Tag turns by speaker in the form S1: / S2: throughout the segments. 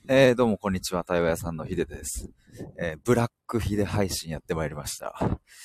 S1: どうもこんにちは、対話屋さんのヒデです。ブラックヒデ配信やってまいりました。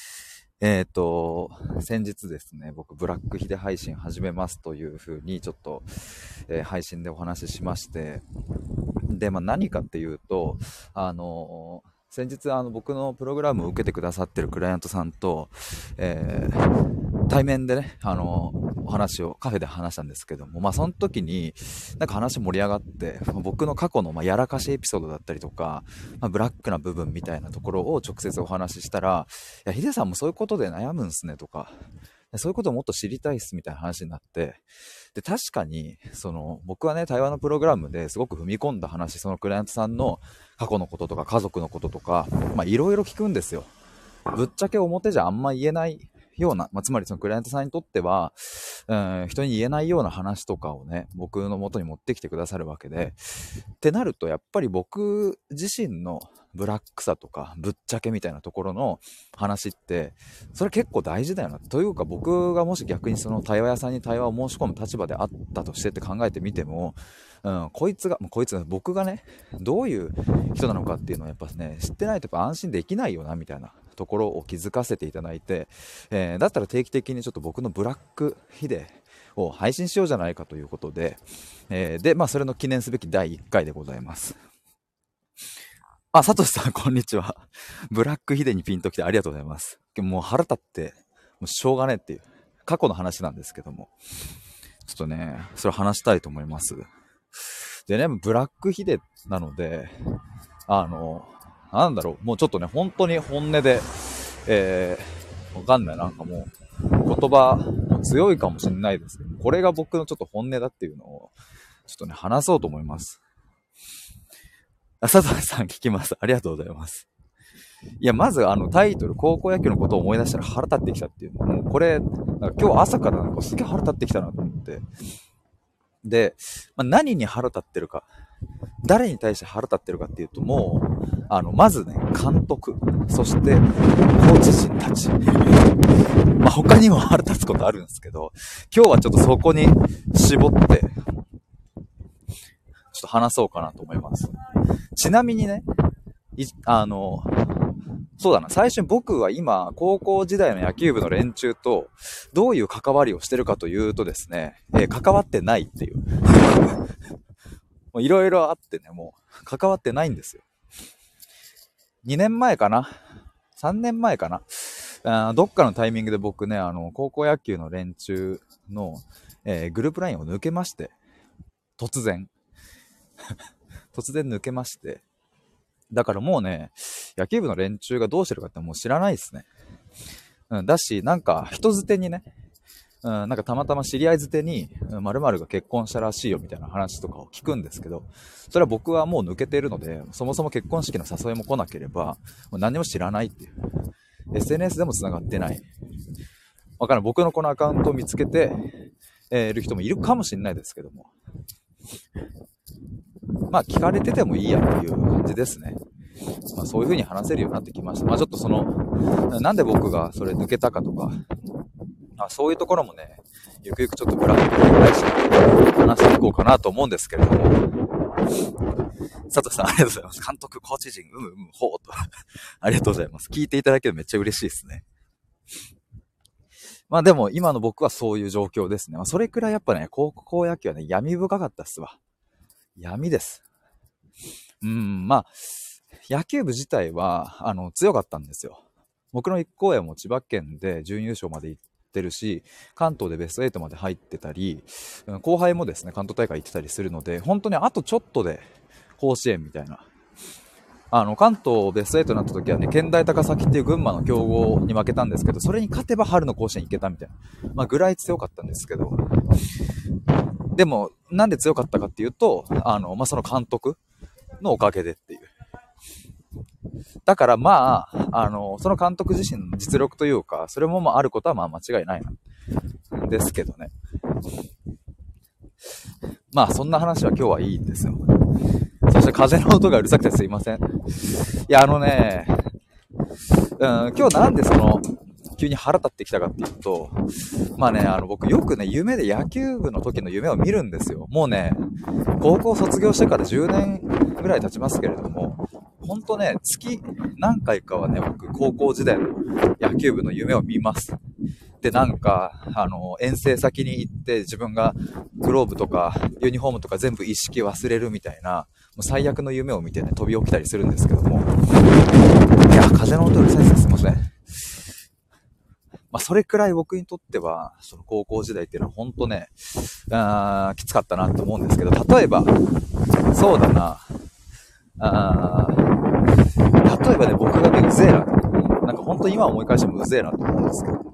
S1: 先日ですね、僕ブラックヒデ配信始めますというふうにちょっと、配信でお話ししまして、で、何かっていうと、先日僕のプログラムを受けてくださってるクライアントさんと、対面でね、お話をカフェで話したんですけども、その時になんか話盛り上がって、僕の過去のやらかしエピソードだったりとか、ブラックな部分みたいなところを直接お話ししたら、いや、ヒデさんもそういうことで悩むんすねとか、そういうことをもっと知りたいっすみたいな話になって、で、確かに、僕はね、対話のプログラムですごく踏み込んだ話、そのクライアントさんの過去のこととか家族のこととか、いろいろ聞くんですよ。ぶっちゃけ表じゃあんま言えないような、つまりそのクライアントさんにとっては、人に言えないような話とかをね、僕の元に持ってきてくださるわけで、ってなるとやっぱり僕自身のブラックさとかぶっちゃけみたいなところの話って、それ結構大事だよなというか、僕がもし逆にその対話屋さんに対話を申し込む立場であったとしてって考えてみても、こいつが僕がね、どういう人なのかっていうのをやっぱね、知ってないとやっぱ安心できないよなみたいなところを気づかせていただいて、だったら定期的にちょっと僕のブラックヒデを配信しようじゃないかということで、で、それの記念すべき第1回でございます。あ、サトシさん、こんにちは。ブラックヒデにピンときてありがとうございます。もう腹立って、もうしょうがねえっていう、過去の話なんですけども、ちょっとね、それ話したいと思います。でね、ブラックヒデなので、なんだろう、もうちょっとね、本当に本音で、わかんない、なんかもう、言葉も強いかもしれないですけど、これが僕のちょっと本音だっていうのを、ちょっとね、話そうと思います。佐藤さん聞きます。ありがとうございます。いや、まずタイトル、高校野球のことを思い出したら腹立ってきたっていう。もうこれ、今日朝からなんかすげえ腹立ってきたなと思って。で、何に腹立ってるか。誰に対して腹立ってるかっていうと、もう、まずね、監督、そして、コーチ陣たち。他にも腹立つことあるんですけど、今日はちょっとそこに絞って、ちょっと話そうかなと思います。ちなみにね、そうだな、最初に僕は今、高校時代の野球部の連中と、どういう関わりをしてるかというとですね、関わってないっていう。いろいろあってね、もう、関わってないんですよ。2年前かな ?3 年前かなどっかのタイミングで僕ね、高校野球の連中の、グループラインを抜けまして、突然抜けまして、だからもうね、野球部の連中がどうしてるかってもう知らないですね。だし、なんか人づてにね、なんかたまたま知り合いづてに、〇〇が結婚したらしいよみたいな話とかを聞くんですけど、それは僕はもう抜けているので、そもそも結婚式の誘いも来なければ、もう何も知らないっていう。SNS でも繋がってない。わからん。僕のこのアカウントを見つけて、る人もいるかもしれないですけども。聞かれててもいいやっていう感じですね。そういう風に話せるようになってきました。ちょっとなんで僕がそれ抜けたかとか、そういうところもね、ゆくゆくちょっとブラックで返して話していこうかなと思うんですけれども。佐藤さん、ありがとうございます。監督、コーチ陣、ほうと。ありがとうございます。聞いていただけるとめっちゃ嬉しいですね。でも、今の僕はそういう状況ですね。それくらいやっぱね、高校野球はね、闇深かったっすわ。闇です。野球部自体は、強かったんですよ。僕の一校園も千葉県で準優勝まで行ってるし、関東でベスト8まで入ってたり、後輩もですね、関東大会行ってたりするので、本当にあとちょっとで甲子園みたいな。関東ベスト8になった時はね、県大高崎っていう群馬の強豪に負けたんですけど、それに勝てば春の甲子園行けたみたいな。ぐらい強かったんですけど。でも、なんで強かったかっていうと、その監督のおかげでっていう。だからその監督自身の実力というか、それもあることは間違いないなんですけどね。そんな話は今日はいいんですよ。そして風の音がうるさくてすいません。いや今日なんで急に腹立ってきたかっていうと、まあね、僕よくね、夢で野球部の時の夢を見るんですよ。もうね、高校卒業してから10年ぐらい経ちますけれども、ほんとね、月何回かはね、僕、高校時代の野球部の夢を見ます。で、なんか、遠征先に行って自分がグローブとかユニフォームとか全部意識忘れるみたいな、もう最悪の夢を見てね、飛び起きたりするんですけども。いや、風の音うるさいです。すいません。まあ、それくらい僕にとっては、その高校時代っていうのはほんとね、きつかったなと思うんですけど、例えば、そうだな、例えばね、僕がね、うぜえなと。なんか本当に今思い返してもうぜえなと思うんですけど、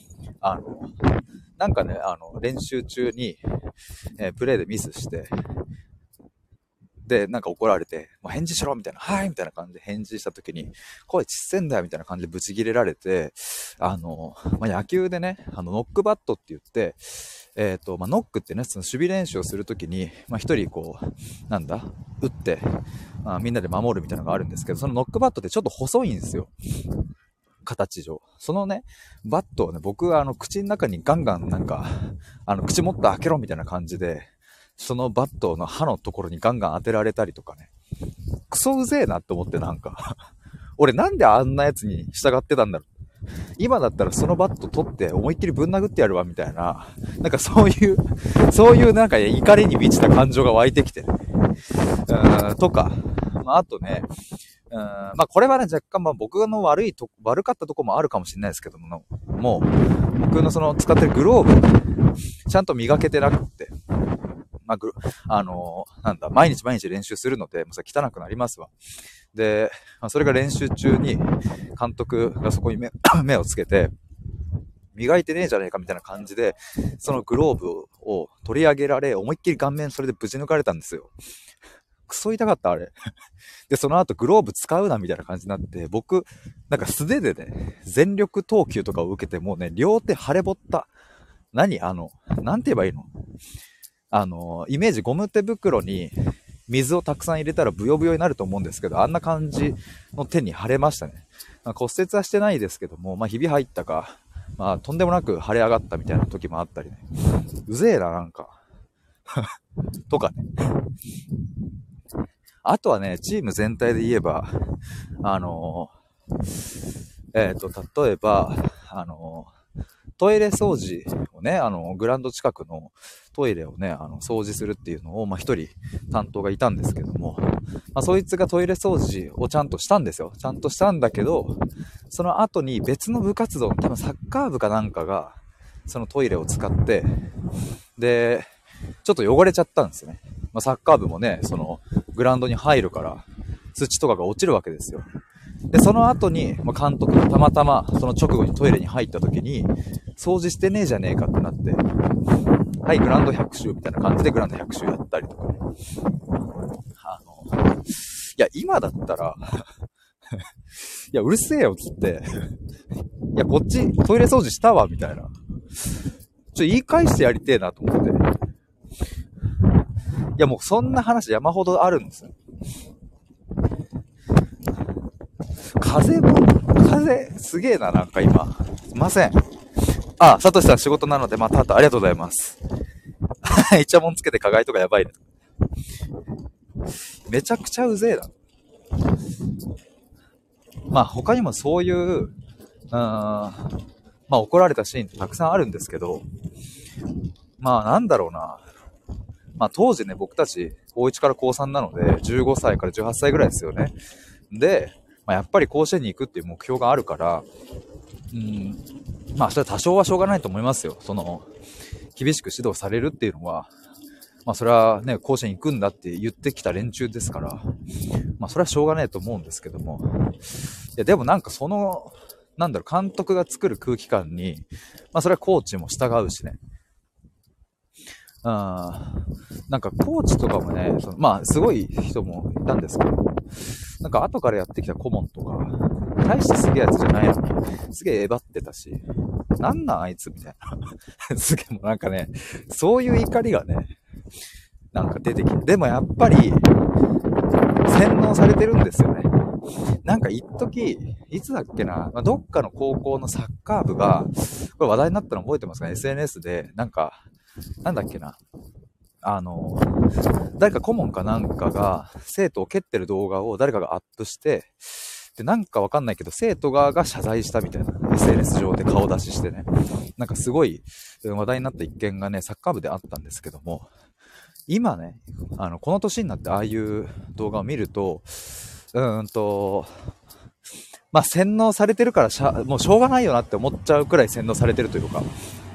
S1: なんかね、練習中に、プレーでミスして、で、なんか怒られて、もう返事しろみたいな、はいみたいな感じで返事した時に、声ちっせんだよみたいな感じでブチ切れられて、まあ、野球でね、ノックバットって言って、まあ、ノックってね、その守備練習をするときに、まあ、一人こう、なんだ、打って、まあ、みんなで守るみたいなのがあるんですけど、そのノックバットってちょっと細いんですよ。形上。そのね、バットをね、僕は口の中にガンガンなんか、口もっと開けろみたいな感じで、そのバットの刃のところにガンガン当てられたりとかね。クソうぜえなって思ってなんか。俺なんであんなやつに従ってたんだろう。今だったらそのバット取って思いっきりぶん殴ってやるわみたいな。なんかそういうなんか怒りに満ちた感情が湧いてきてね。とか。まあ、あとね、まあこれはね、若干まあ僕の悪かったとこもあるかもしれないですけども、もう僕のその使ってるグローブ、ちゃんと磨けてなくって。まあ、なんだ、毎日練習するので、もうそれ汚くなりますわ。で、まあ、それが練習中に、監督がそこに目をつけて、磨いてねえじゃねえかみたいな感じで、そのグローブを取り上げられ、思いっきり顔面それでぶち抜かれたんですよ。クソ痛かった、あれ。で、その後グローブ使うなみたいな感じになって、僕、なんか素手でね、全力投球とかを受けて、もうね、両手腫れぼった。なんて言えばいいの？イメージゴム手袋に水をたくさん入れたらブヨブヨになると思うんですけど、あんな感じの手に腫れましたね。まあ、骨折はしてないですけども、まあ、ひび入ったか、まあ、とんでもなく腫れ上がったみたいな時もあったりね。うぜえな、なんか。とかね。あとはね、チーム全体で言えば、例えば、トイレ掃除をね、グラウンド近くのトイレをね、掃除するっていうのを、まあ、一人担当がいたんですけども、まあ、そいつがトイレ掃除をちゃんとしたんですよ。ちゃんとしたんだけど、その後に別の部活動、多分サッカー部かなんかが、そのトイレを使って、で、ちょっと汚れちゃったんですよね。まあ、サッカー部もね、その、グラウンドに入るから、土とかが落ちるわけですよ。で、その後に、まあ、監督がたまたま、その直後にトイレに入った時に、掃除してねえじゃねえかってなって、はい、グラウンド100周みたいな感じでグラウンド100周やったりとかね。いや、今だったら、いや、うるせえよ、つって、いや、こっち、トイレ掃除したわ、みたいな。言い返してやりてえなと思って。いや、もうそんな話山ほどあるんですよ。風、すげえな、なんか今。すいません。あ、サトシさん仕事なので、またありがとうございます。イチャモンつけて課外とかやばいね。めちゃくちゃうぜえな。まあ他にもそういう、まあ怒られたシーンってたくさんあるんですけど、まあなんだろうな。まあ当時ね、僕たち高1から高3なので、15歳から18歳ぐらいですよね。で、まあ、やっぱり甲子園に行くっていう目標があるから、まあそれは多少はしょうがないと思いますよ。その、厳しく指導されるっていうのは、まあそれはね、甲子園行くんだって言ってきた連中ですから、まあそれはしょうがないと思うんですけども。いやでもなんかその、なんだろう、監督が作る空気感に、まあそれはコーチも従うしね。なんかコーチとかもね、まあすごい人もいたんですけど、なんか後からやってきた顧問とか、大してすげえやつじゃないのに、すげええばってたし、なんなんあいつみたいな。すげえもうなんかね、そういう怒りがね、なんか出てきて、でもやっぱり、洗脳されてるんですよね。 なんか一時いつだっけな、どっかの高校のサッカー部が、これ話題になったの覚えてますかね？ SNS で、なんだっけな、あの、誰か顧問かなんかが生徒を蹴ってる動画を誰かがアップして、で、なんかわかんないけど、生徒側が謝罪したみたいな、SNS 上で顔出ししてね、なんかすごい話題になった一件がね、サッカー部であったんですけども、今ね、この年になってああいう動画を見ると、洗脳されてるからもうしょうがないよなって思っちゃうくらい洗脳されてるというか、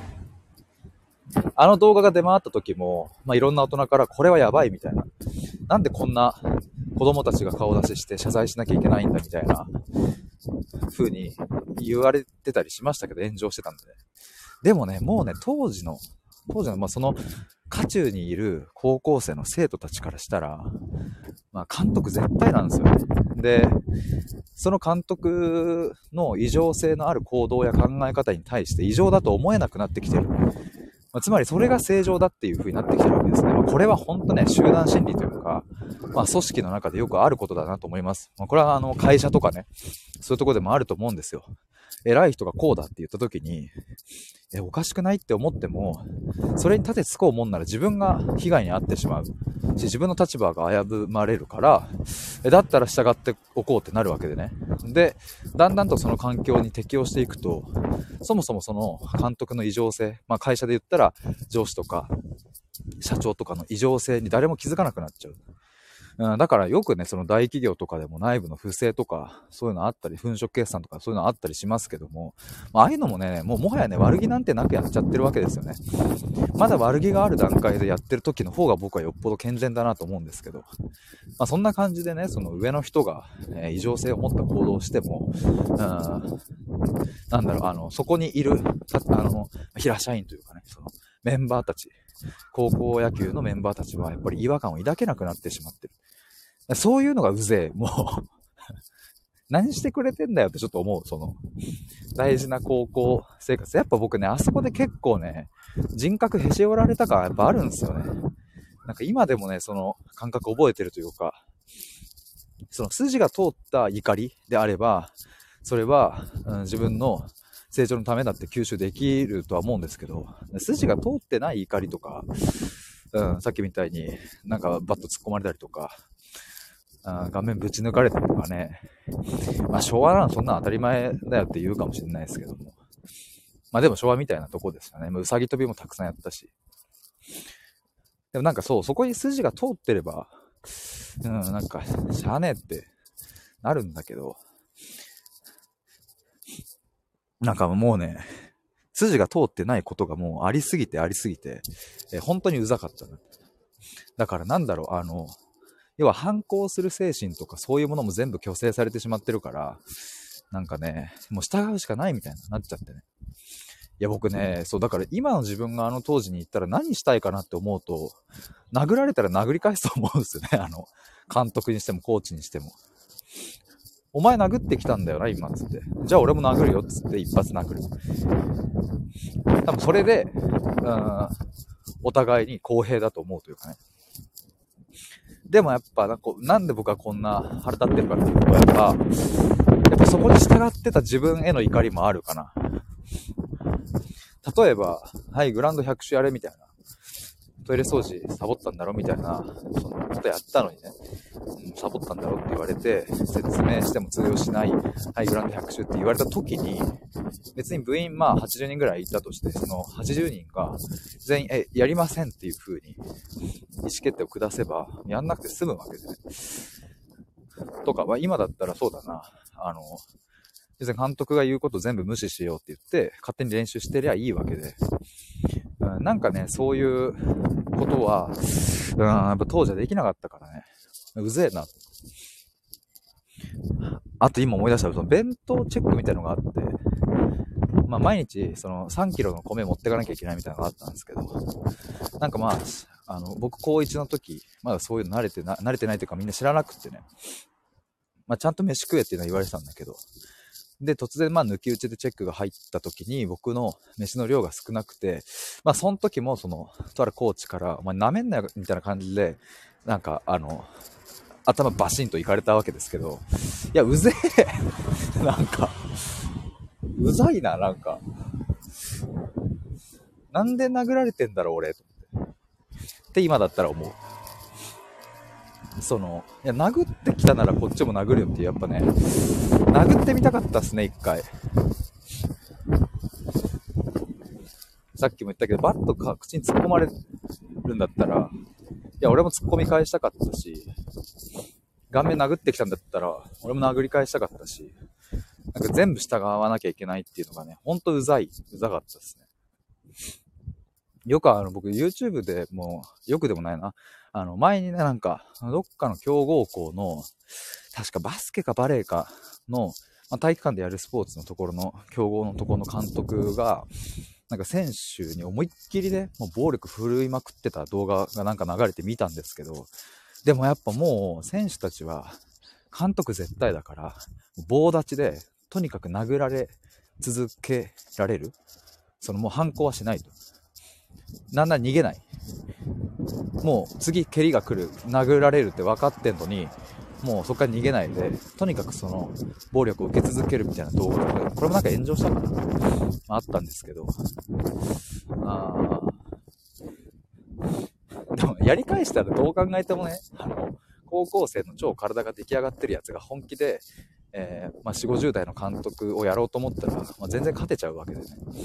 S1: あの動画が出回った時も、いろんな大人からこれはやばいみたいな。なんでこんな子供たちが顔出しして謝罪しなきゃいけないんだみたいな風に言われてたりしましたけど、炎上してたんでね。でもね、もうね、当時の、その、渦中にいる高校生の生徒たちからしたら、監督絶対なんですよね。で、その監督の異常性のある行動や考え方に対して異常だと思えなくなってきてる。つまりそれが正常だっていう風になってきてるわけですね。これは本当ね、集団心理というか、組織の中でよくあることだなと思います。これは会社とかね、そういうところでもあると思うんですよ。偉い人がこうだって言った時に、おかしくないって思っても、それに立てつこうもんなら自分が被害に遭ってしまうし、自分の立場が危ぶまれるから、だったら従っておこうってなるわけでね。で、だんだんとその環境に適応していくと、そもそもその監督の異常性、会社で言ったら上司とか社長とかの異常性に誰も気づかなくなっちゃう。だからよくね、その大企業とかでも内部の不正とか、そういうのあったり、粉飾決算とかそういうのあったりしますけども、ああいうのもね、もはやね、悪気なんてなくやっちゃってるわけですよね。まだ悪気がある段階でやってる時の方が僕はよっぽど健全だなと思うんですけど、そんな感じでね、その上の人が、異常性を持った行動をしても、そこにいる、平社員というかね、そのメンバーたち、高校野球のメンバーたちはやっぱり違和感を抱けなくなってしまってる。そういうのがうぜえ。もう何してくれてんだよってちょっと思う。その、大事な高校生活。やっぱ僕ね、あそこで結構ね、人格へし折られた感やっぱあるんですよね。なんか今でもね、その感覚覚えてるというか、その筋が通った怒りであれば、それは、自分の成長のためだって吸収できるとは思うんですけど、筋が通ってない怒りとか、さっきみたいになんかバッと突っ込まれたりとか、顔面ぶち抜かれたりとかね。昭和なのそんな当たり前だよって言うかもしれないですけども。でも昭和みたいなとこですよね。うさぎ跳びもたくさんやったし。でもなんかそう、そこに筋が通ってれば、なんか、しゃあねえってなるんだけど、なんかもうね、筋が通ってないことがもうありすぎて、本当にうざかったな。だから要は反抗する精神とかそういうものも全部虚勢されてしまってるから、なんかね、もう従うしかないみたいになっちゃってね。いや僕ね、そうだから今の自分が当時に行ったら何したいかなって思うと、殴られたら殴り返すと思うんですよね。監督にしてもコーチにしても。お前殴ってきたんだよな、今、つって。じゃあ俺も殴るよ、つって一発殴る。多分それで、お互いに公平だと思うというかね。でもやっぱなんで僕はこんな腹立ってるかっていうと、やっぱそこに従ってた自分への怒りもあるかな。例えば、はい、グラウンド100周やれみたいな。トイレ掃除サボったんだろみたいな、そのことやったのにね、サボったんだろって言われて、説明しても通用しない、はい、グラウンド100周って言われた時に、別に部員80人ぐらいいたとして、その80人が全員、やりませんっていう風に意思決定を下せば、やんなくて済むわけですね。とか、今だったらそうだな、別に監督が言うこと全部無視しようって言って、勝手に練習してりゃいいわけで、なんかね、そういうことは、やっぱ当時はできなかったからね。うぜえな。あと今思い出したら、その弁当チェックみたいなのがあって、毎日、その3キロの米持ってかなきゃいけないみたいなのがあったんですけど、なんか僕高1の時、まだそういうの慣れてないというかみんな知らなくってね、ちゃんと飯食えっていうのは言われてたんだけど、で、突然抜き打ちでチェックが入った時に僕の飯の量が少なくて、その時もとあるコーチから、お前舐めんなよみたいな感じで、なんか頭バシンといかれたわけですけど、いや、うぜえ。なんか、うざいな、なんか。なんで殴られてんだろう、俺。って今だったら思う。いや、殴ってきたならこっちも殴るよっていう、やっぱね、殴ってみたかったっすね、一回。さっきも言ったけど、バットか口に突っ込まれるんだったら、いや、俺も突っ込み返したかったし、顔面殴ってきたんだったら、俺も殴り返したかったし、なんか全部従わなきゃいけないっていうのがね、ほんとうざかったですね。よく僕 YouTube でもう、よくでもないな。前にね、なんか、どっかの強豪校の、確かバスケかバレーかの、体育館でやるスポーツのところの、強豪のところの監督が、なんか選手に思いっきりね、もう暴力振るいまくってた動画がなんか流れて見たんですけど、でもやっぱもう選手たちは監督絶対だから、棒立ちでとにかく殴られ続けられる。もう反抗はしないと。なんなら逃げない。もう次蹴りが来る、殴られるって分かってんのに、もうそこから逃げないで、とにかく暴力を受け続けるみたいな動画が、これもなんか炎上したかな、あったんですけど、でもやり返したらどう考えてもね、高校生の超体が出来上がってるやつが本気で、4、50代の監督をやろうと思ったら、全然勝てちゃうわけでね。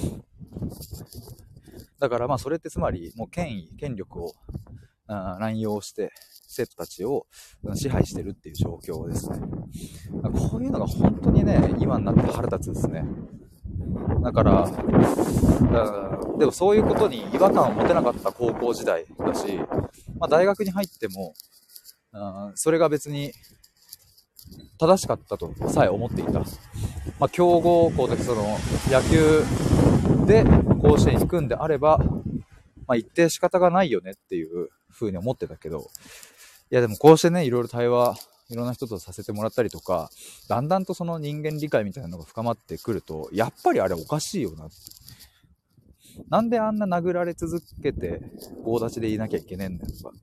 S1: だからそれってつまりもう権力を乱用して生徒たちを支配してるっていう状況ですね。こういうのが本当にね、今になって腹立つですね。だからでもそういうことに違和感を持てなかった高校時代だし、大学に入ってもそれが別に正しかったとさえ思っていた。強豪校で野球で甲子園行くんであれば、一定仕方がないよねっていう風に思ってたけど、いやでもこうしてね、いろいろ対話、いろんな人とさせてもらったりとか、だんだんと人間理解みたいなのが深まってくると、やっぱりあれおかしいよなって。なんであんな殴られ続けて棒立ちでいなきゃいけねえんだよとか。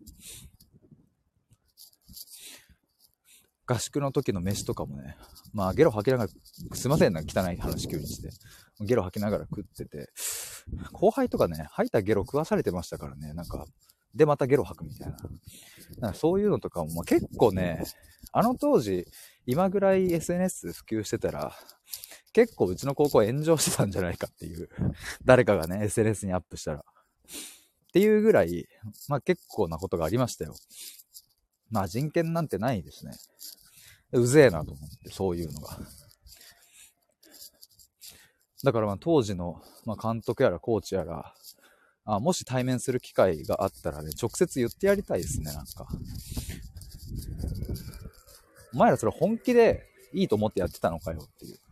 S1: 合宿の時の飯とかもね、ゲロ吐きながら、すいませんな、汚い話急にして。ゲロ吐きながら食ってて、後輩とかね、吐いたゲロ食わされてましたからね、でまたゲロ吐くみたいな。そういうのとかも、結構ね、あの当時、今ぐらい SNS 普及してたら、結構うちの高校炎上してたんじゃないかっていう。誰かがね、SNS にアップしたら。っていうぐらい、結構なことがありましたよ。人権なんてないですね。うぜえなと思って、そういうのが。だから当時の、監督やらコーチやら、もし対面する機会があったらね、直接言ってやりたいですね、なんか。お前らそれ本気でいいと思ってやってたのかよっていう。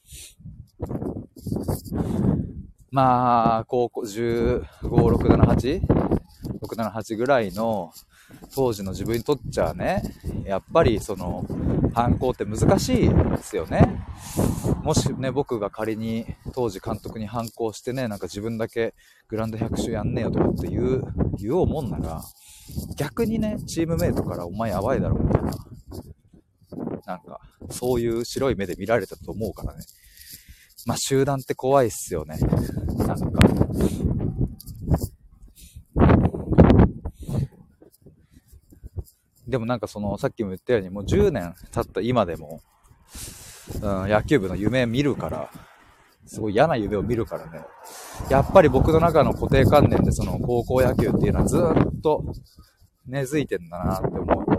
S1: 高校15、6、7、8? 6、7、8ぐらいの当時の自分にとっちゃね、やっぱり反抗って難しいですよね。もしね、僕が仮に当時監督に反抗してね、なんか自分だけグラウンド100周やんねえよとかって言おうもんなら、逆にね、チームメイトからお前やばいだろみたいな、なんかそういう白い目で見られたと思うからね。集団って怖いっすよね。なんかでもなんかさっきも言ったようにもう10年経った今でも、野球部の夢見るから、すごい嫌な夢を見るからね。やっぱり僕の中の固定観念で高校野球っていうのはずっと根付いてんだなって思う。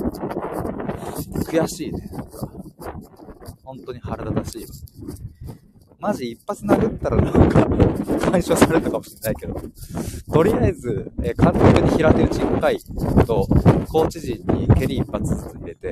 S1: 悔しいね。なんか本当に腹立たしい。マジ一発殴ったらなんか解消されたかもしれないけど、とりあえず、監督に平手打ち1回と、コーチ陣に蹴り一発ずつ入れて、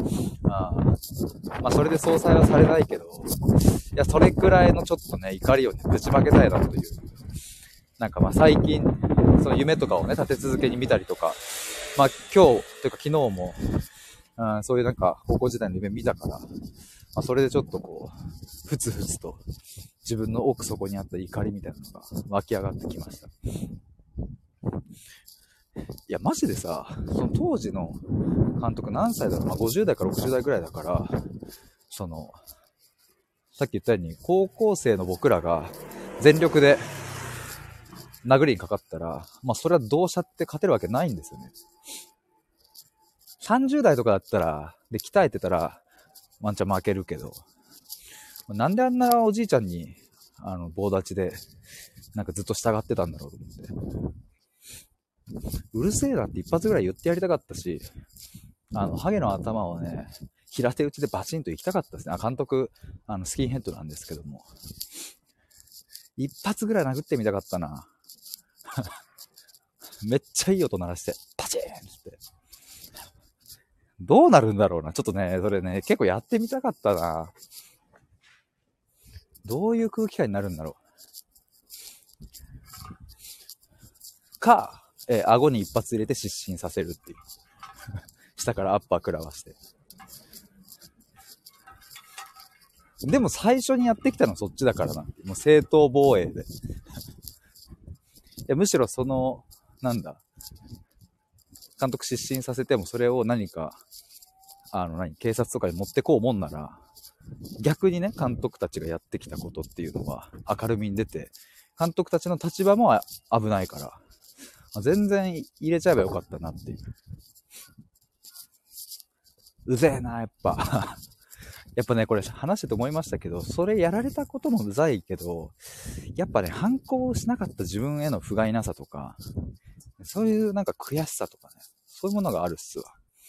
S1: それで総裁はされないけど、いや、それくらいのちょっとね、怒りをね、ぶちまけたいなという。なんか最近、夢とかをね、立て続けに見たりとか、今日、というか昨日も、そういうなんか、高校時代の夢見たから、それでちょっとふつふつと自分の奥底にあった怒りみたいなのが湧き上がってきました。いや、マジでさ、当時の監督何歳だろう、50代か60代ぐらいだから、さっき言ったように高校生の僕らが全力で殴りにかかったら、それはどうしちゃって勝てるわけないんですよね。30代とかだったら、で、鍛えてたら、ワンチャン負けるけど、なんであんなおじいちゃんに、棒立ちで、なんかずっと従ってたんだろうと思って。うるせえなって一発ぐらい言ってやりたかったし、ハゲの頭をね、平手打ちでバチンと行きたかったですね。監督、スキンヘッドなんですけども。一発ぐらい殴ってみたかったな。めっちゃいい音鳴らして、パチーンって。どうなるんだろうな。ちょっとね、それね、結構やってみたかったな。どういう空気感になるんだろう。か、顎に一発入れて失神させるっていう。下からアッパー食らわして。でも最初にやってきたのはそっちだからな。もう正当防衛で。いやむしろ監督失神させてもそれを何か、警察とかに持ってこうもんなら、逆にね、監督たちがやってきたことっていうのは明るみに出て、監督たちの立場も危ないから、全然入れちゃえばよかったなっていう。うぜえな、やっぱ。やっぱね、これ話してて思いましたけど、それやられたこともうざいけど、やっぱね、反抗しなかった自分への不甲斐なさとか、そういうなんか悔しさとかね、そういうものがあるっすわ。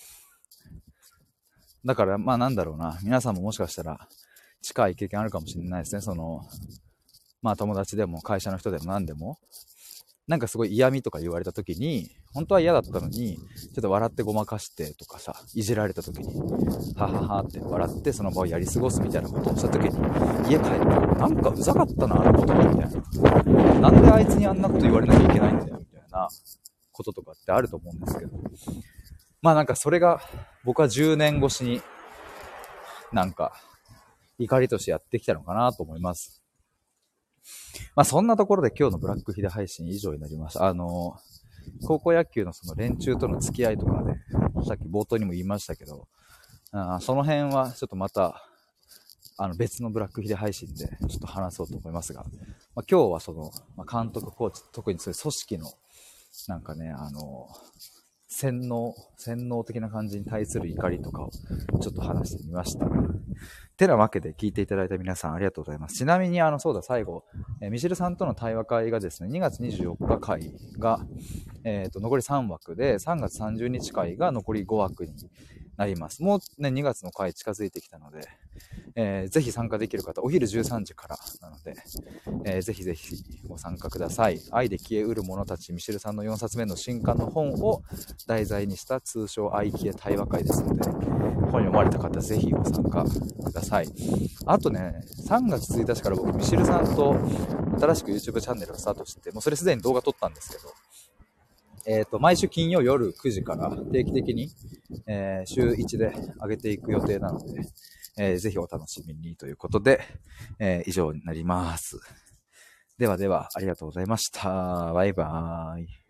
S1: だから、なんだろうな、皆さんももしかしたら近い経験あるかもしれないですね。友達でも会社の人でも何でも、なんかすごい嫌味とか言われた時に、本当は嫌だったのに、ちょっと笑ってごまかしてとかさ、いじられた時に、はははって笑ってその場をやり過ごすみたいなことをした時に、家帰ってなんかうざかったな、あのことみたいな。なんであいつにあんなこと言われなきゃいけないんだよ、みたいなこととかってあると思うんですけど。なんかそれが、僕は10年越しに、なんか、怒りとしてやってきたのかなと思います。そんなところで今日のブラックヒデ配信以上になります。高校野球のその連中との付き合いとかね、さっき冒頭にも言いましたけど、その辺はちょっとまた、別のブラックヒデ配信でちょっと話そうと思いますが、今日は監督、コーチ、特にそういう組織の、なんかね、洗脳的な感じに対する怒りとかをちょっと話してみました。てなわけで聞いていただいた皆さんありがとうございます。ちなみにそうだ最後、ミシェルさんとの対話会がですね、2月24日会が、残り3枠で、3月30日会が残り5枠になります。もうね、2月の回近づいてきたので、ぜひ参加できる方、お昼13時からなので、ぜひぜひご参加ください。愛で消えうる者たち、ミシェルさんの4冊目の新刊の本を題材にした通称愛消え対話会ですので、本読まれた方ぜひご参加ください。あとね、3月1日から僕ミシェルさんと新しく YouTube チャンネルをスタートして、もうそれすでに動画撮ったんですけど、毎週金曜夜9時から定期的に、週1で上げていく予定なので、ぜひお楽しみにということで、以上になります。ではでは、ありがとうございました。バイバーイ。